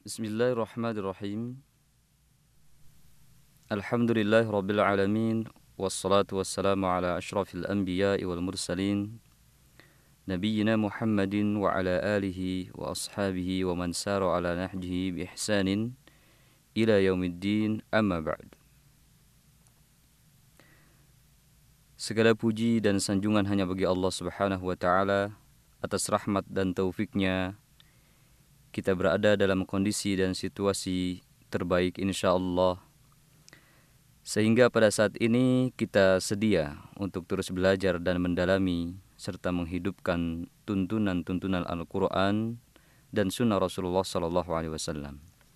Bismillahirrahmanirrahim. Alhamdulillahi rabbil alamin. Wassalatu wassalamu ala ashrafil anbiya'i wal mursalin Nabiyyina Muhammadin wa ala alihi wa ashabihi wa man sara ala nahjihi bi ihsanin ila yaumiddin, amma ba'd. Segala puji dan sanjungan hanya bagi Allah subhanahu wa ta'ala. Atas rahmat dan taufiknya kita berada dalam kondisi dan situasi terbaik insyaallah, sehingga pada saat ini kita sedia untuk terus belajar dan mendalami serta menghidupkan tuntunan-tuntunan Al-Quran dan sunnah Rasulullah SAW.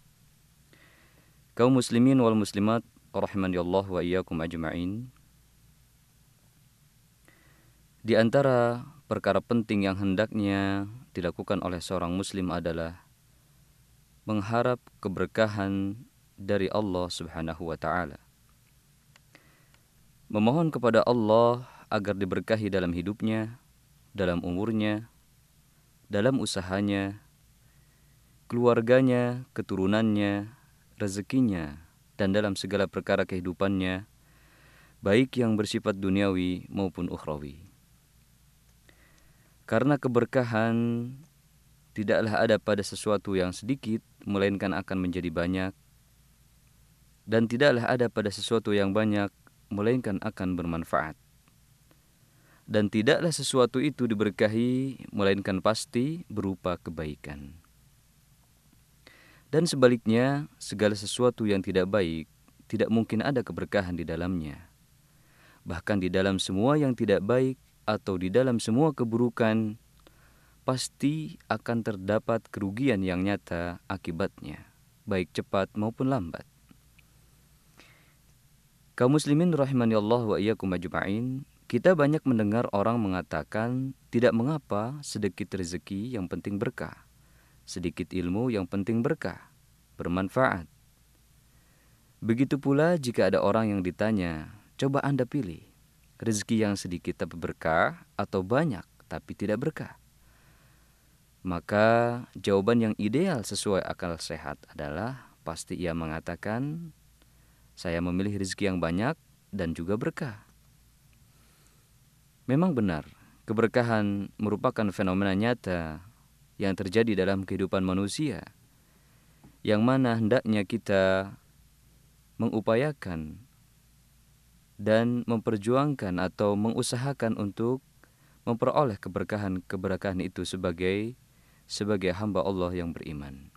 Kaum muslimin wal muslimat rahimani Allah wa iyyakum ajma'in. Di antara perkara penting yang hendaknya dilakukan oleh seorang muslim adalah mengharap keberkahan dari Allah Subhanahu wa taala. Memohon kepada Allah agar diberkahi dalam hidupnya, dalam umurnya, dalam usahanya, keluarganya, keturunannya, rezekinya, dan dalam segala perkara kehidupannya, baik yang bersifat duniawi maupun ukhrawi. Karena keberkahan tidaklah ada pada sesuatu yang sedikit, melainkan akan menjadi banyak. Dan tidaklah ada pada sesuatu yang banyak, melainkan akan bermanfaat. Dan tidaklah sesuatu itu diberkahi, melainkan pasti berupa kebaikan. Dan sebaliknya, segala sesuatu yang tidak baik, tidak mungkin ada keberkahan di dalamnya. Bahkan di dalam semua yang tidak baik, atau di dalam semua keburukan, pasti akan terdapat kerugian yang nyata akibatnya, baik cepat maupun lambat. Kaum muslimin rahimani Allah wa iyyakum ajma'in, kita banyak mendengar orang mengatakan tidak mengapa sedikit rezeki yang penting berkah, sedikit ilmu yang penting berkah, bermanfaat. Begitu pula jika ada orang yang ditanya, coba Anda pilih, rezeki yang sedikit tapi berkah atau banyak tapi tidak berkah. Maka jawaban yang ideal sesuai akal sehat adalah pasti ia mengatakan, saya memilih rezeki yang banyak dan juga berkah. Memang benar, keberkahan merupakan fenomena nyata yang terjadi dalam kehidupan manusia, yang mana hendaknya kita mengupayakan dan memperjuangkan atau mengusahakan untuk memperoleh keberkahan itu sebagai hamba Allah yang beriman.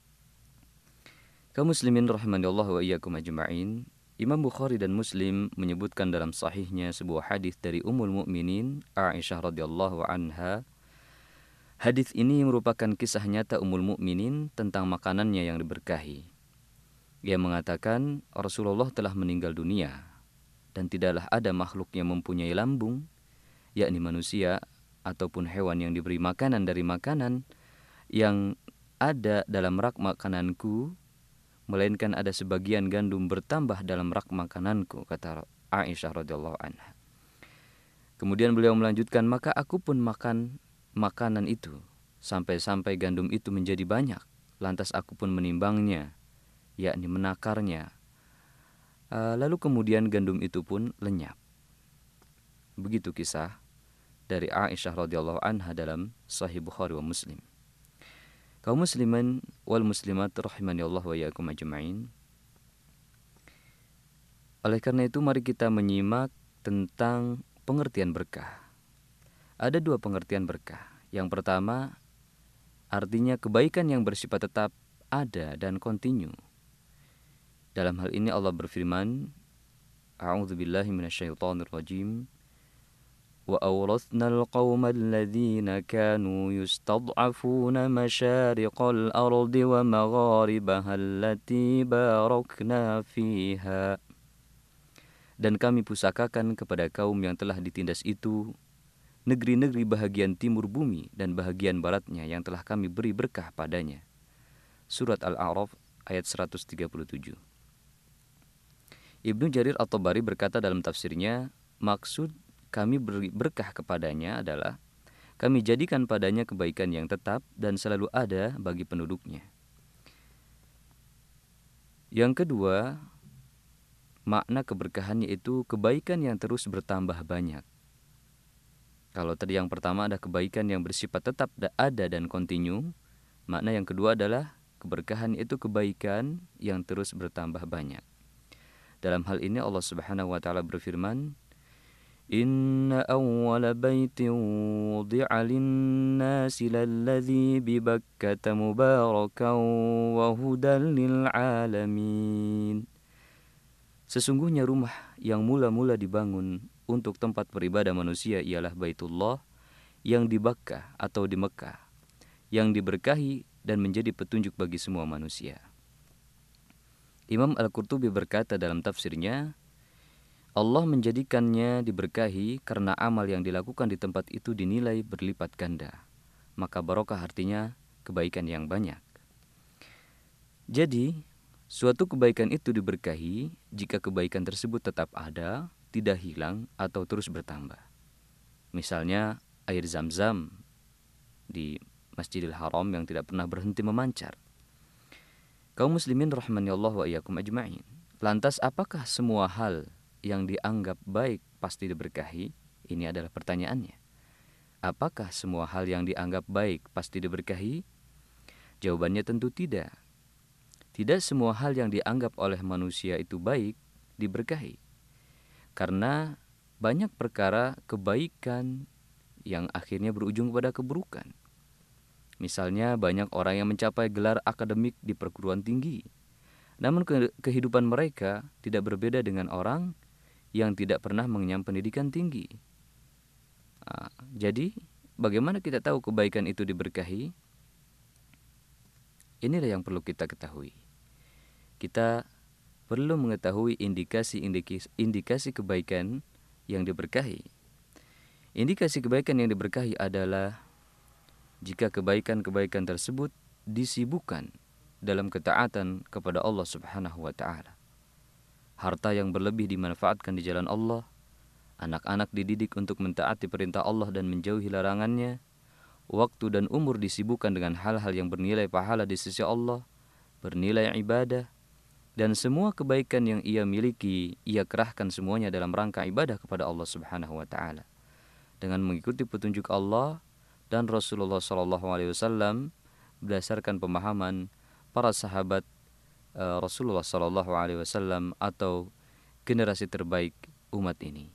Kaum muslimin rahimani Allah wa iyyakum ajma'in, Imam Bukhari dan Muslim menyebutkan dalam sahihnya sebuah hadis dari Ummul Mukminin Aisyah radhiyallahu anha. Hadis ini merupakan kisah nyata Ummul Mukminin tentang makanannya yang diberkahi. Ia mengatakan Rasulullah telah meninggal dunia dan tidaklah ada makhluk yang mempunyai lambung, yakni manusia ataupun hewan yang diberi makanan dari makanan yang ada dalam rak makananku, melainkan ada sebagian gandum bertambah dalam rak makananku, kata Aisyah radhiyallahu anha. Kemudian beliau melanjutkan, maka aku pun makan makanan itu sampai-sampai gandum itu menjadi banyak. Lantas aku pun menimbangnya, yakni menakarnya. Lalu kemudian gandum itu pun lenyap. Begitu kisah dari Aisyah radhiyallahu anha dalam Sahih Bukhari wa Muslim. Kaum muslimin wal muslimat rahimani Allah wa iyyakum ajma'in. Oleh karena itu mari kita menyimak tentang pengertian berkah. Ada dua pengertian berkah. Yang pertama, artinya kebaikan yang bersifat tetap, ada dan kontinu. Dalam hal ini Allah berfirman, A'udzubillahi minasyaitonirrajim, wa awrathnal qaumal ladzina kanu yustad'afuna masyariqal ardi wa magharibaha allati barakna fiha. Dan kami pusakakan kepada kaum yang telah ditindas itu negeri-negeri bahagian timur bumi dan bahagian baratnya yang telah kami beri berkah padanya. Surat Al-A'raf ayat 137. Ibnu Jarir At-Tabari berkata dalam tafsirnya, maksud kami beri berkah kepadanya adalah kami jadikan padanya kebaikan yang tetap dan selalu ada bagi penduduknya. Yang kedua, makna keberkahannya itu kebaikan yang terus bertambah banyak. Kalau tadi yang pertama ada kebaikan yang bersifat tetap ada dan kontinu, makna yang kedua adalah keberkahan itu kebaikan yang terus bertambah banyak. Dalam hal ini Allah Subhanahu wa taala berfirman, "Inna awwala baitin wudi'a lin-nasi lalladzi bi Bakkata mubarakan wa hudan lil alamin." Sesungguhnya rumah yang mula-mula dibangun untuk tempat beribadah manusia ialah Baitullah yang di Bakkah atau di Mekah, yang diberkahi dan menjadi petunjuk bagi semua manusia. Imam Al-Qurtubi berkata dalam tafsirnya, Allah menjadikannya diberkahi karena amal yang dilakukan di tempat itu dinilai berlipat ganda. Maka barokah artinya kebaikan yang banyak. Jadi, suatu kebaikan itu diberkahi jika kebaikan tersebut tetap ada, tidak hilang, atau terus bertambah. Misalnya, air Zam-Zam di Masjidil Haram yang tidak pernah berhenti memancar. Kaum muslimin rahmani Allah wa iyyakum ajma'in. Lantas apakah semua hal yang dianggap baik pasti diberkahi? Ini adalah pertanyaannya. Apakah semua hal yang dianggap baik pasti diberkahi? Jawabannya tentu tidak. Tidak semua hal yang dianggap oleh manusia itu baik diberkahi. Karena banyak perkara kebaikan yang akhirnya berujung pada keburukan. Misalnya banyak orang yang mencapai gelar akademik di perguruan tinggi. Namun kehidupan mereka tidak berbeda dengan orang yang tidak pernah mengenyam pendidikan tinggi. Jadi bagaimana kita tahu kebaikan itu diberkahi? Inilah yang perlu kita ketahui. Kita perlu mengetahui indikasi kebaikan yang diberkahi. Indikasi kebaikan yang diberkahi adalah jika kebaikan-kebaikan tersebut disibukkan dalam ketaatan kepada Allah Subhanahu wa taala. Harta yang berlebih dimanfaatkan di jalan Allah, anak-anak dididik untuk mentaati perintah Allah dan menjauhi larangannya, waktu dan umur disibukkan dengan hal-hal yang bernilai pahala di sisi Allah, bernilai ibadah, dan semua kebaikan yang ia miliki, ia kerahkan semuanya dalam rangka ibadah kepada Allah Subhanahu wa taala. Dengan mengikuti petunjuk Allah dan Rasulullah SAW berdasarkan pemahaman para sahabat Rasulullah SAW atau generasi terbaik umat ini.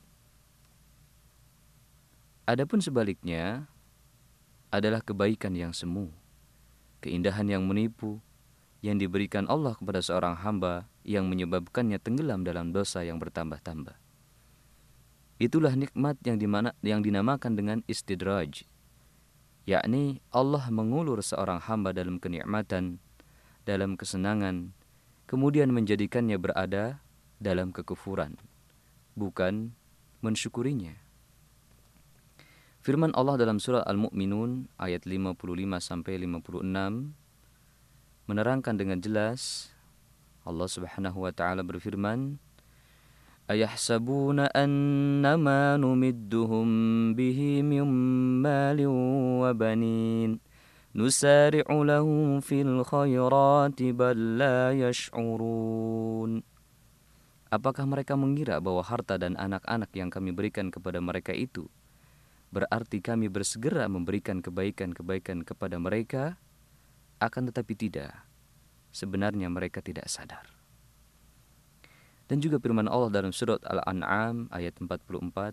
Adapun sebaliknya adalah kebaikan yang semu, keindahan yang menipu, yang diberikan Allah kepada seorang hamba yang menyebabkannya tenggelam dalam dosa yang bertambah-tambah. Itulah nikmat yang dinamakan dengan istidraj, yakni Allah mengulur seorang hamba dalam kenikmatan, dalam kesenangan, kemudian menjadikannya berada dalam kekufuran, bukan mensyukurinya. Firman Allah dalam surah Al-Mu'minun ayat 55-56 menerangkan dengan jelas. Allah Subhanahu wa taala berfirman, "Ayahsabuna annama numidduhum bihi min malin wa banin nusari'u lahum fil khairati bal la yash'urun." Apakah mereka mengira bahwa harta dan anak-anak yang kami berikan kepada mereka itu berarti kami bersegera memberikan kebaikan-kebaikan kepada mereka? Akan tetapi tidak. Sebenarnya mereka tidak sadar. Dan juga firman Allah dalam surat Al-An'am ayat 44.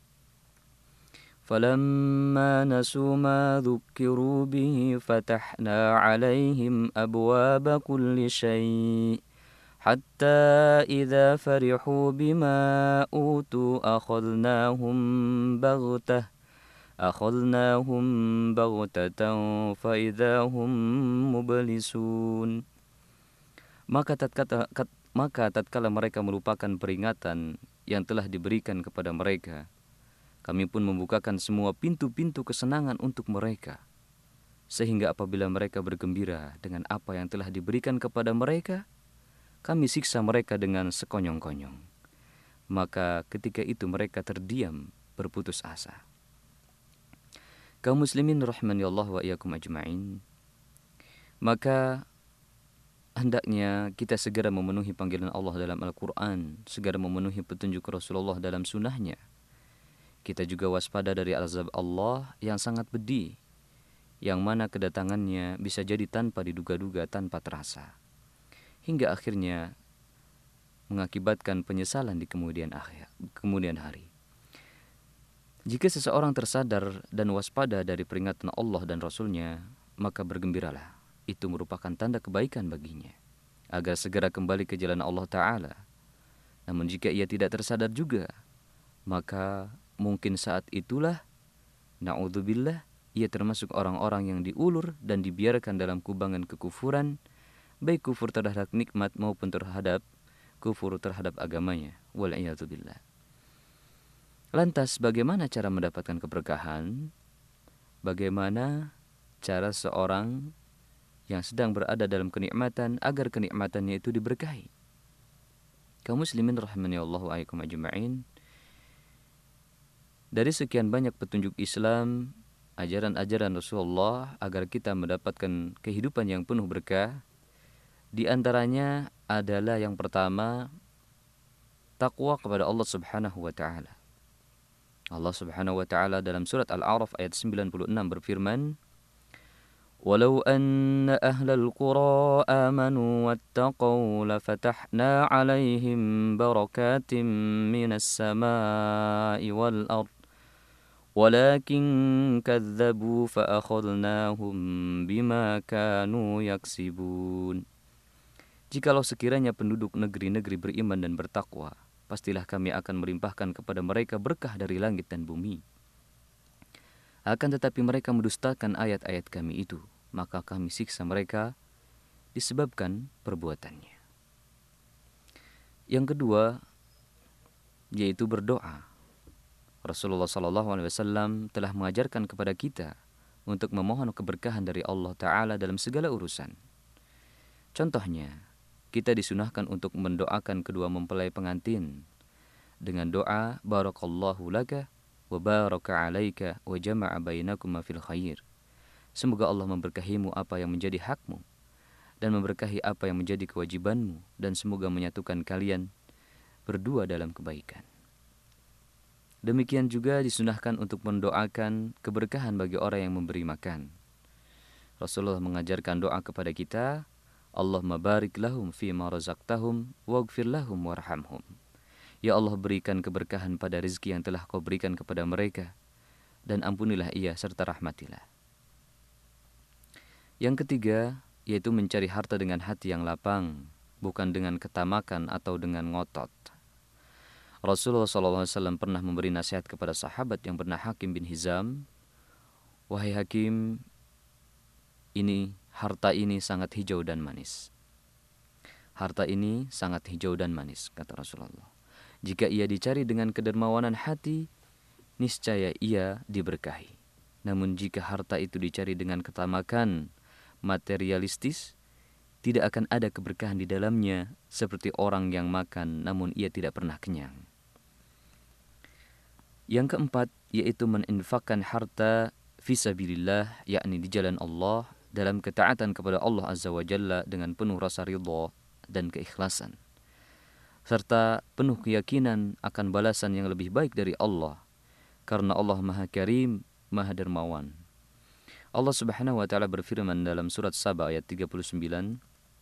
فَلَمَّا نَسُوا مَا ذُكِّرُوا بِهِ فَتَحْنَا عَلَيْهِمْ أَبْوَابَ كُلِّ شَيْءٍ حَتَّى إِذَا فَرِحُوا بِمَا أُوتُوا أَخَذْنَاهُمْ بَغْتَةً فَإِذَا هُمْ مُبْلِسُونَ. Maka tatkala mereka melupakan peringatan yang telah diberikan kepada mereka, kami pun membukakan semua pintu-pintu kesenangan untuk mereka, sehingga apabila mereka bergembira dengan apa yang telah diberikan kepada mereka, kami siksa mereka dengan sekonyong-konyong. Maka ketika itu mereka terdiam berputus asa. Kaum muslimin rahimani Allah wa iyyakum ajma'in. Maka hendaknya kita segera memenuhi panggilan Allah dalam Al-Quran, segera memenuhi petunjuk Rasulullah dalam sunnahnya. Kita juga waspada dari azab Allah yang sangat pedih, yang mana kedatangannya bisa jadi tanpa diduga-duga, tanpa terasa, hingga akhirnya mengakibatkan penyesalan di kemudian hari. Jika seseorang tersadar dan waspada dari peringatan Allah dan Rasulnya, maka bergembiralah. Itu merupakan tanda kebaikan baginya, agar segera kembali ke jalan Allah Ta'ala. Namun jika ia tidak tersadar juga, maka mungkin saat itulah, na'udzubillah, ia termasuk orang-orang yang diulur dan dibiarkan dalam kubangan kekufuran, baik kufur terhadap nikmat maupun terhadap kufur terhadap agamanya. Wal'iyadzubillah. Lantas bagaimana cara mendapatkan keberkahan? Bagaimana cara seorang yang sedang berada dalam kenikmatan agar kenikmatannya itu diberkahi? Kaum muslimin rahimani Allah wa iyyakum ajma'in. Dari sekian banyak petunjuk Islam, ajaran-ajaran Rasulullah agar kita mendapatkan kehidupan yang penuh berkah, di antaranya adalah yang pertama, takwa kepada Allah Subhanahu wa taala. Allah Subhanahu wa taala dalam surat Al-A'raf ayat 96 berfirman, "Walau anna ahlal qura amanu wattaqau lafatahna 'alaihim barakatim minas samaa'i wal ard walakin kadzdzabu fa akhadnahum bima kanu yaksibun." Jikalau sekiranya penduduk negeri-negeri beriman dan bertakwa, pastilah kami akan melimpahkan kepada mereka berkah dari langit dan bumi. Akan tetapi mereka mendustakan ayat-ayat kami itu, maka kami siksa mereka disebabkan perbuatannya. Yang kedua, yaitu berdoa. Rasulullah SAW telah mengajarkan kepada kita untuk memohon keberkahan dari Allah Ta'ala dalam segala urusan. Contohnya, kita disunahkan untuk mendoakan kedua mempelai pengantin dengan doa barakallahu laka wa baraka alaika wa jama'a bainakuma fil khair. Semoga Allah memberkahimu apa yang menjadi hakmu dan memberkahi apa yang menjadi kewajibanmu, dan semoga menyatukan kalian berdua dalam kebaikan. Demikian juga disunahkan untuk mendoakan keberkahan bagi orang yang memberi makan. Rasulullah mengajarkan doa kepada kita, Allahumma barik lahum fima razaqtahum waghfir lahum warhamhum. Ya Allah, berikan keberkahan pada rezeki yang telah kau berikan kepada mereka, dan ampunilah ia serta rahmatilah. Yang ketiga, yaitu mencari harta dengan hati yang lapang, bukan dengan ketamakan atau dengan ngotot. Rasulullah SAW pernah memberi nasihat kepada sahabat yang bernama Hakim bin Hizam, "Wahai Hakim, harta ini sangat hijau dan manis. Harta ini sangat hijau dan manis," kata Rasulullah. "Jika ia dicari dengan kedermawanan hati, niscaya ia diberkahi. Namun jika harta itu dicari dengan ketamakan materialistis, tidak akan ada keberkahan di dalamnya, seperti orang yang makan namun ia tidak pernah kenyang." Yang keempat, yaitu menginfakkan harta fisabilillah, yakni di jalan Allah, dalam ketaatan kepada Allah Azza wa Jalla dengan penuh rasa ridha dan keikhlasan, serta penuh keyakinan akan balasan yang lebih baik dari Allah, karena Allah Maha Karim, Maha Dermawan. Allah Subhanahu wa taala berfirman dalam surat Saba ayat 39,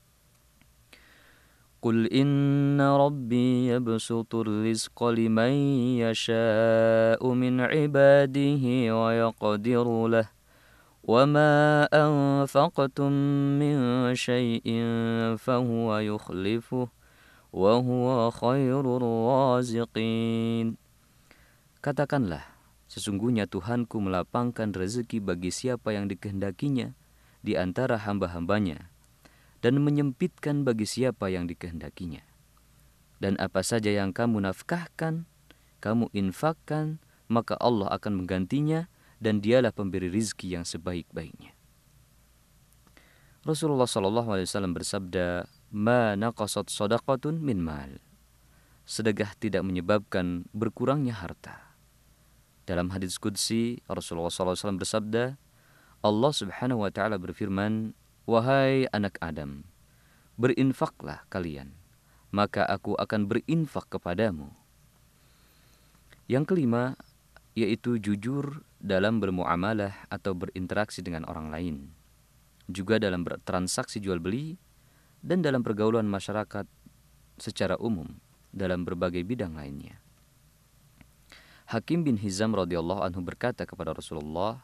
"Qul inna rabbi yabsutur rizqa liman yasha'u min ibadihi wa yaqdiru lah. وَمَا أَنفَقْتُم مِّن شَيْءٍ فَهُوَ يُخْلِفُهُ وَهُوَ خَيْرُ الرَّازِقِينَ." Katakanlah, sesungguhnya Tuhanku melapangkan rezeki bagi siapa yang dikehendakinya di antara hamba-hambanya, dan menyempitkan bagi siapa yang dikehendakinya. Dan apa saja yang kamu nafkahkan, kamu infakkan, maka Allah akan menggantinya, dan dialah pemberi rizki yang sebaik-baiknya. Rasulullah SAW bersabda, "Ma naqasat sadaqatun min mal." Sedekah tidak menyebabkan berkurangnya harta. Dalam hadits qudsi, Rasulullah SAW bersabda, Allah Subhanahu wa taala berfirman, "Wahai anak Adam, berinfaklah kalian, maka aku akan berinfak kepadamu. Yang kelima, yaitu jujur dalam bermuamalah atau berinteraksi dengan orang lain, juga dalam bertransaksi jual beli, dan dalam pergaulan masyarakat secara umum dalam berbagai bidang lainnya. Hakim bin Hizam radhiyallahu anhu berkata kepada Rasulullah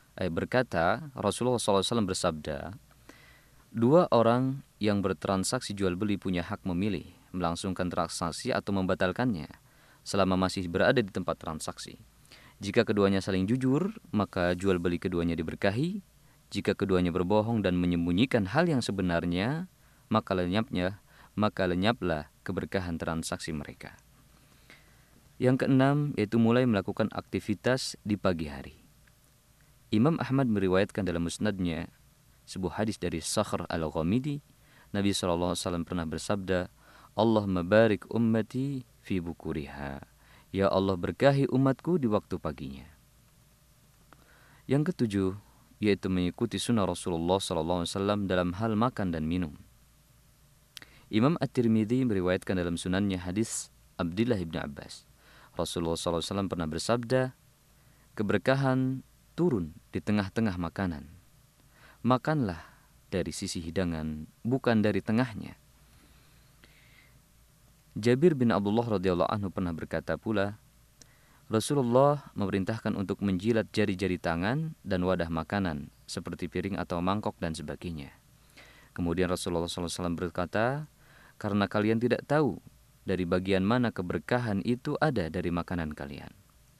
SAW bersabda, dua orang yang bertransaksi jual beli punya hak memilih melangsungkan transaksi atau membatalkannya selama masih berada di tempat transaksi. Jika keduanya saling jujur, maka jual beli keduanya diberkahi. Jika keduanya berbohong dan menyembunyikan hal yang sebenarnya, maka lenyaplah keberkahan transaksi mereka. Yang keenam, yaitu mulai melakukan aktivitas di pagi hari. Imam Ahmad meriwayatkan dalam musnadnya sebuah hadis dari Sakhr al-Ghamidi, Nabi SAW pernah bersabda, Allahumma barik ummati fi bukuriha. Ya Allah, berkahi umatku di waktu paginya. Yang ketujuh, yaitu mengikuti sunnah Rasulullah SAW dalam hal makan dan minum. Imam At-Tirmidzi meriwayatkan dalam sunannya hadis Abdullah bin Abbas. Rasulullah SAW pernah bersabda, keberkahan turun di tengah-tengah makanan. Makanlah dari sisi hidangan, bukan dari tengahnya. Jabir bin Abdullah radhiyallahu anhu pernah berkata pula, Rasulullah memerintahkan untuk menjilat jari-jari tangan dan wadah makanan, seperti piring atau mangkok dan sebagainya. Kemudian Rasulullah SAW berkata, karena kalian tidak tahu dari bagian mana keberkahan itu ada dari makanan kalian.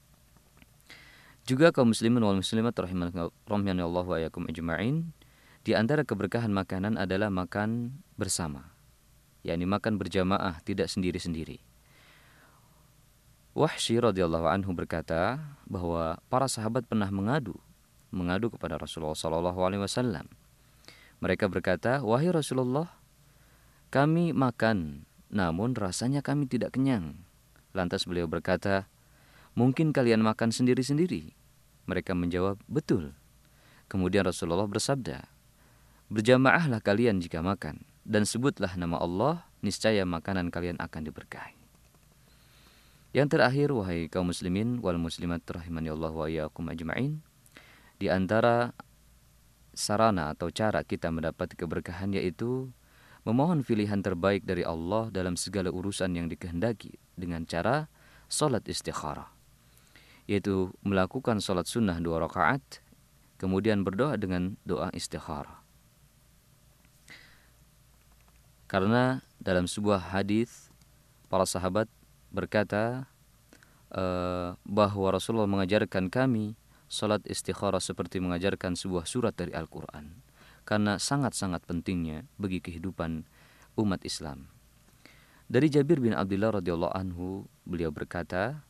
Juga kaum muslimin wal muslimat rahimanallahu wa iyyakum ajma'in, di antara keberkahan makanan adalah makan bersama, yakni makan berjamaah, tidak sendiri-sendiri. Wahsy radhiyallahu anhu berkata bahwa para sahabat pernah mengadu kepada Rasulullah SAW. Mereka berkata, wahai Rasulullah, kami makan, namun rasanya kami tidak kenyang. Lantas beliau berkata, mungkin kalian makan sendiri-sendiri? Mereka menjawab, betul. Kemudian Rasulullah bersabda, berjamaahlah kalian jika makan, dan sebutlah nama Allah, niscaya makanan kalian akan diberkahi. Yang terakhir, wahai kaum muslimin wal muslimat rahimani Allah wa iyyakum ajma'in, di antara sarana atau cara kita mendapat keberkahan yaitu memohon pilihan terbaik dari Allah dalam segala urusan yang dikehendaki dengan cara salat istikharah, yaitu melakukan salat sunnah 2 rakaat, kemudian berdoa dengan doa istikharah. Karena dalam sebuah hadis para sahabat berkata bahwa Rasulullah mengajarkan kami salat istikharah seperti mengajarkan sebuah surat dari Al-Quran, karena sangat-sangat pentingnya bagi kehidupan umat Islam. Dari Jabir bin Abdullah radhiyallahu anhu, beliau berkata,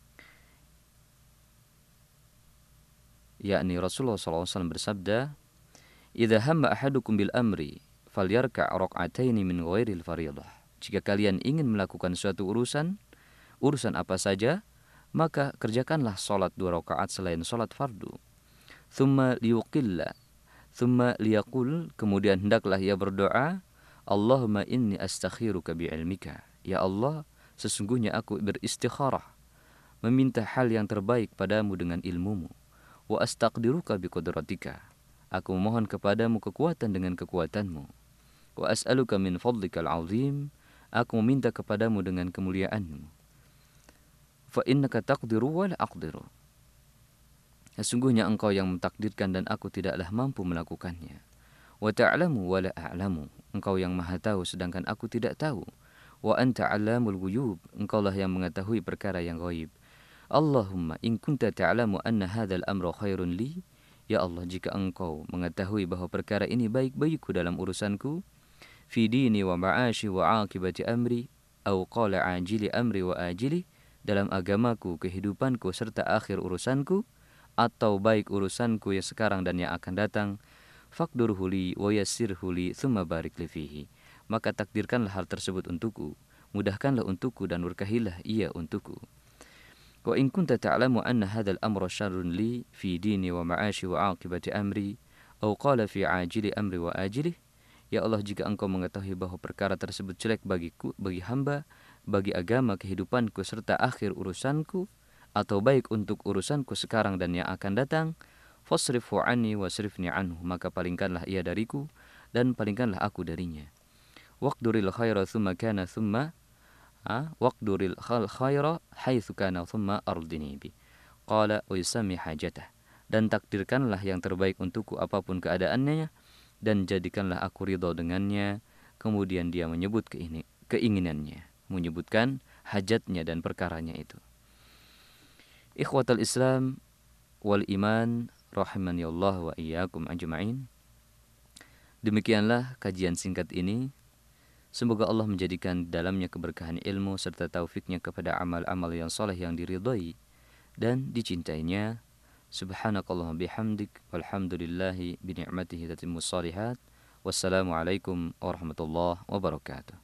yakni Rasulullah SAW bersabda, idza hamma ahadukum bil amri falyarka' rak'ataini min ghairil fardhah. Jika kalian ingin melakukan suatu urusan apa saja, maka kerjakanlah salat 2 rakaat selain salat fardu. Thumma liyaqul, kemudian hendaklah ia berdoa, Allahumma inni astakhiruka bi'ilmika. Ya Allah, sesungguhnya aku beristikharah, meminta hal yang terbaik padamu dengan ilmumu. Wa astaqdiruka biqudratika. Aku memohon kepadamu kekuatan dengan kekuatanmu. Wa as'aluka min fadlikal azim. Aku meminta kepadamu dengan kemuliaanmu. Fa innaka taqdiru wa la aqdiru. Sesungguhnya engkau yang mentakdirkan dan aku tidaklah mampu melakukannya. Wa ta'lamu wa la a'lamu. Engkau yang maha tahu sedangkan aku tidak tahu. Wa anta 'allamul ghuyub. Engkaulah yang mengetahui perkara yang ghaib. Allahumma in kunta ta'lamu anna hadzal amra khairun li. Ya Allah, jika engkau mengetahui bahwa perkara ini baik bagiku dalam urusanku, fi dini wa ma'ashi wa 'aqibati amri, au qala 'ajili amri wa ajili, dalam agamaku, kehidupanku, serta akhir urusanku, atau baik urusanku yang sekarang dan yang akan datang, faqdurhu li wa yassirhu li thumma barik li fihi. Maka takdirkanlah hal tersebut untukku, mudahkanlah untukku dan berkahilah ia untukku. Wa in kunta ta'lamu anna hadzal amra syarrun li fi dini wa ma'ashi wa 'aqibati amri, aw qala fi 'ajili amri wa ajili, Ya Allah, jika Engkau mengetahui bahwa perkara tersebut jelek bagiku, bagi hamba, bagi agama, kehidupanku, serta akhir urusanku, atau baik untuk urusanku sekarang dan yang akan datang, fasrifu anni wasrifni anhu, maka palingkanlah ia dariku dan palingkanlah aku darinya. Waqduril khaira thumma kana thumma waqduril khaira haitsu kana thumma ardini bi. Qala wa yusami hajatah. Dan takdirkanlah yang terbaik untukku apapun keadaannya, dan jadikanlah aku ridho dengannya. Kemudian dia menyebut keinginannya, menyebutkan hajatnya dan perkaranya itu. Ikhwatal Islam wal iman rahimani Allah wa iyyakum ajma'in. Demikianlah kajian singkat ini. Semoga Allah menjadikan dalamnya keberkahan ilmu serta taufiknya kepada amal-amal yang soleh yang diridhai dan dicintainya. Subhanakallahumma bihamdik walhamdulillahi bi ni'matihi tatimmus shalihat. Wassalamualaikum warahmatullahi wabarakatuh.